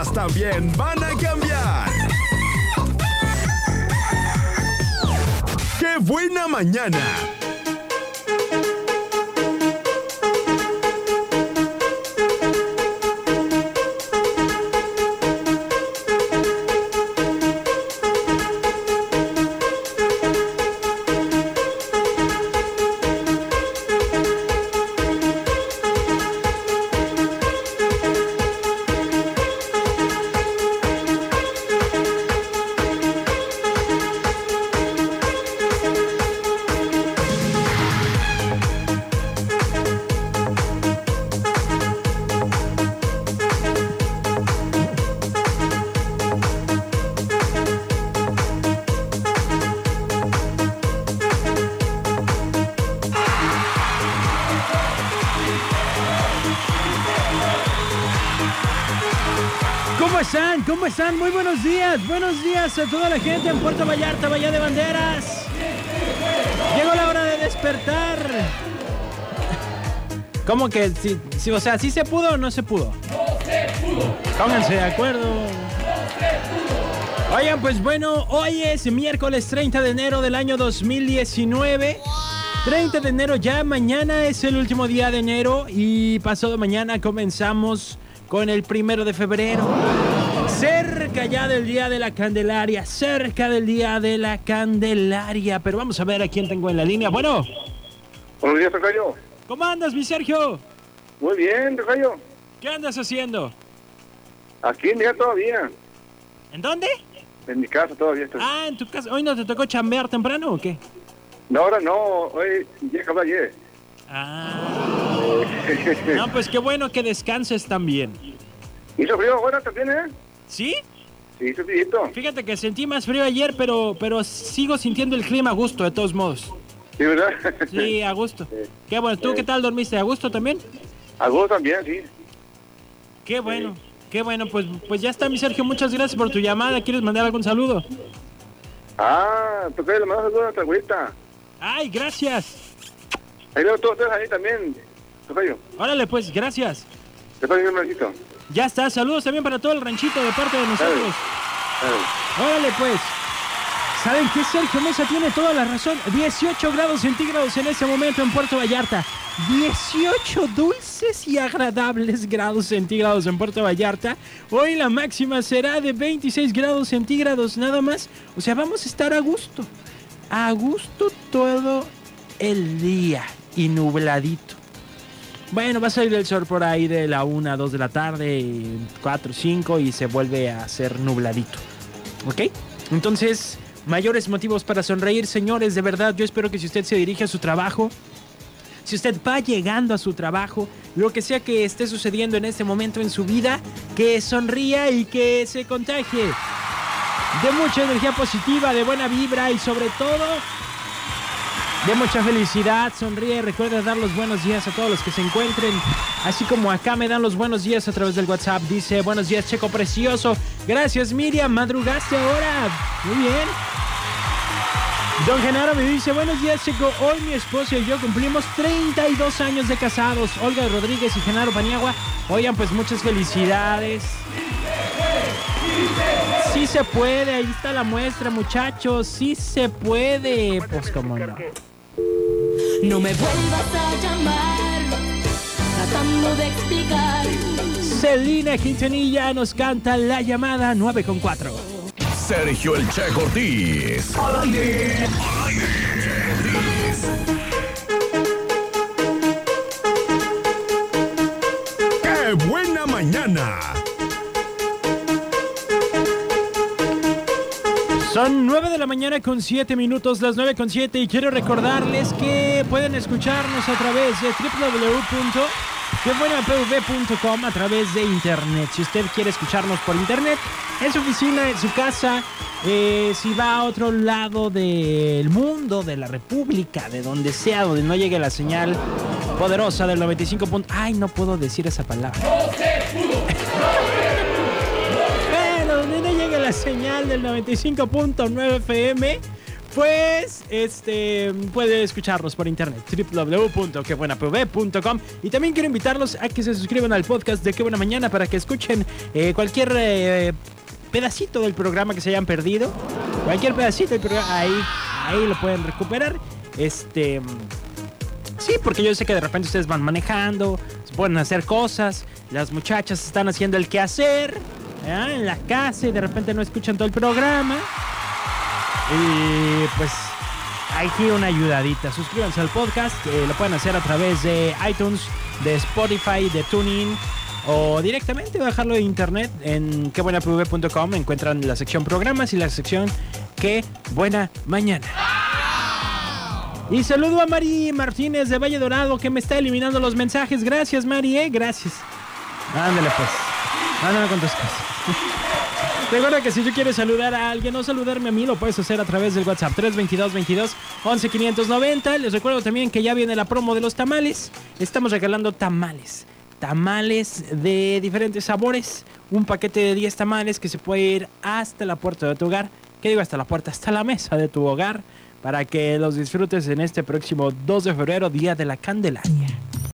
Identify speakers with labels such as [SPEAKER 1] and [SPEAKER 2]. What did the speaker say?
[SPEAKER 1] cosas también van a cambiar. ¡Qué buena mañana!
[SPEAKER 2] ¿Cómo están? Muy buenos días. Buenos días a toda la gente en Puerto Vallarta, Bahía de Banderas. Llegó la hora de despertar. ¿Cómo que sí, o sea, sí se pudo o no se pudo?
[SPEAKER 3] No se pudo.
[SPEAKER 2] Pónganse de acuerdo. Oigan, pues bueno, hoy es miércoles 30 de enero del año 2019. 30 de enero ya, mañana es el último día de enero y pasado mañana comenzamos con el 1 de febrero. Cerca ya del Día de la Candelaria, cerca del Día de la Candelaria. Pero vamos a ver a quién tengo en la línea. Bueno.
[SPEAKER 4] Buenos días, tocayo.
[SPEAKER 2] ¿Cómo andas, mi Sergio?
[SPEAKER 4] Muy bien, tocayo.
[SPEAKER 2] ¿Qué andas haciendo?
[SPEAKER 4] Aquí en día todavía.
[SPEAKER 2] ¿En dónde?
[SPEAKER 4] En mi casa todavía estoy.
[SPEAKER 2] Ah, en tu casa. ¿Hoy no te tocó chambear temprano o qué?
[SPEAKER 4] No, ahora no. Hoy ya acabé ayer.
[SPEAKER 2] Ah. No, pues qué bueno que descanses también.
[SPEAKER 4] ¿Hizo frío ahora también, eh?
[SPEAKER 2] ¿Sí?
[SPEAKER 4] Sí, hizo frío.
[SPEAKER 2] Fíjate que sentí más frío ayer, pero sigo sintiendo el clima a gusto, de todos modos.
[SPEAKER 4] Sí, ¿verdad?
[SPEAKER 2] Sí, a gusto. Qué bueno. ¿Tú qué tal dormiste? ¿A gusto también?
[SPEAKER 4] A gusto también, sí.
[SPEAKER 2] Qué bueno. Sí. Qué bueno. Pues ya está, mi Sergio. Muchas gracias por tu llamada. ¿Quieres mandar algún saludo?
[SPEAKER 4] Ah, tocayo, le mando saludos a nuestra abuelita.
[SPEAKER 2] Ay, gracias.
[SPEAKER 4] Ahí veo todos ustedes ahí también, tocayo.
[SPEAKER 2] Órale, pues, gracias.
[SPEAKER 4] Te paso un ratito.
[SPEAKER 2] Ya está. Saludos también para todo el ranchito de parte de nosotros. Órale, pues. ¿Saben qué? Sergio Mesa tiene toda la razón. 18 grados centígrados en este momento en Puerto Vallarta. 18 dulces y agradables grados centígrados en Puerto Vallarta. Hoy la máxima será de 26 grados centígrados nada más. O sea, vamos a estar a gusto. A gusto todo el día y nubladito. Bueno, va a salir el sol por ahí de la 1 a 2 de la tarde, 4, 5 y se vuelve a hacer nubladito. ¿Ok? Entonces, mayores motivos para sonreír, señores. De verdad, yo espero que si usted se dirige a su trabajo, si usted va llegando a su trabajo, lo que sea que esté sucediendo en este momento en su vida, que sonría y que se contagie de mucha energía positiva, de buena vibra y sobre todo de mucha felicidad. Sonríe, recuerda dar los buenos días a todos los que se encuentren, así como acá me dan los buenos días a través del WhatsApp. Dice, buenos días, Checo precioso. Gracias, Miriam, madrugaste ahora. Muy bien. Don Genaro me dice, buenos días, Checo. Hoy mi esposo y yo cumplimos 32 años de casados. Olga Rodríguez y Genaro Paniagua. Oigan, pues muchas felicidades. Sí se puede, ahí está la muestra, muchachos. Sí se puede. Pues cómo no.
[SPEAKER 5] No me vuelvas a llamar, tratando de explicar.
[SPEAKER 2] Celina Quintanilla nos canta La Llamada 9:4.
[SPEAKER 1] Sergio El Che Ortiz. Al aire. Al aire. ¡Qué buena mañana!
[SPEAKER 2] Son 9 de la mañana con 7 minutos, las 9:07, y quiero recordarles que pueden escucharnos a través de www.quebuenapv.com a través de internet. Si usted quiere escucharnos por internet, en su oficina, en su casa, si va a otro lado del mundo, de la república, de donde sea, donde no llegue la señal poderosa del 95. Ay, no puedo decir esa palabra.
[SPEAKER 3] No se pudo.
[SPEAKER 2] Bueno, donde no llegue la señal del 95.9 FM, pues puede escucharnos por internet, www.quebuenapv.com. Y también quiero invitarlos a que se suscriban al podcast de Qué Buena Mañana para que escuchen cualquier pedacito del programa que se hayan perdido. Cualquier pedacito del programa, ahí lo pueden recuperar. Sí, porque yo sé que de repente ustedes van manejando, se pueden hacer cosas, las muchachas están haciendo el quehacer en la casa y de repente no escuchan todo el programa. Y pues aquí una ayudadita. Suscríbanse al podcast, lo pueden hacer a través de iTunes, de Spotify, de TuneIn o directamente bajarlo de internet en quebuenapv.com. Encuentran la sección programas y la sección Qué Buena Mañana. Y saludo a Mari Martínez de Valle Dorado que me está eliminando los mensajes. Gracias, Mari, gracias. Ándale pues, ándale con tus cosas. Recuerda que si tú quieres saludar a alguien o saludarme a mí, lo puedes hacer a través del WhatsApp 322-22-11-590. Les recuerdo también que ya viene la promo de los tamales. Estamos regalando tamales de diferentes sabores. Un paquete de 10 tamales que se puede ir hasta la puerta de tu hogar. ¿Qué digo hasta la puerta? Hasta la mesa de tu hogar, para que los disfrutes en este próximo 2 de febrero, Día de la Candelaria.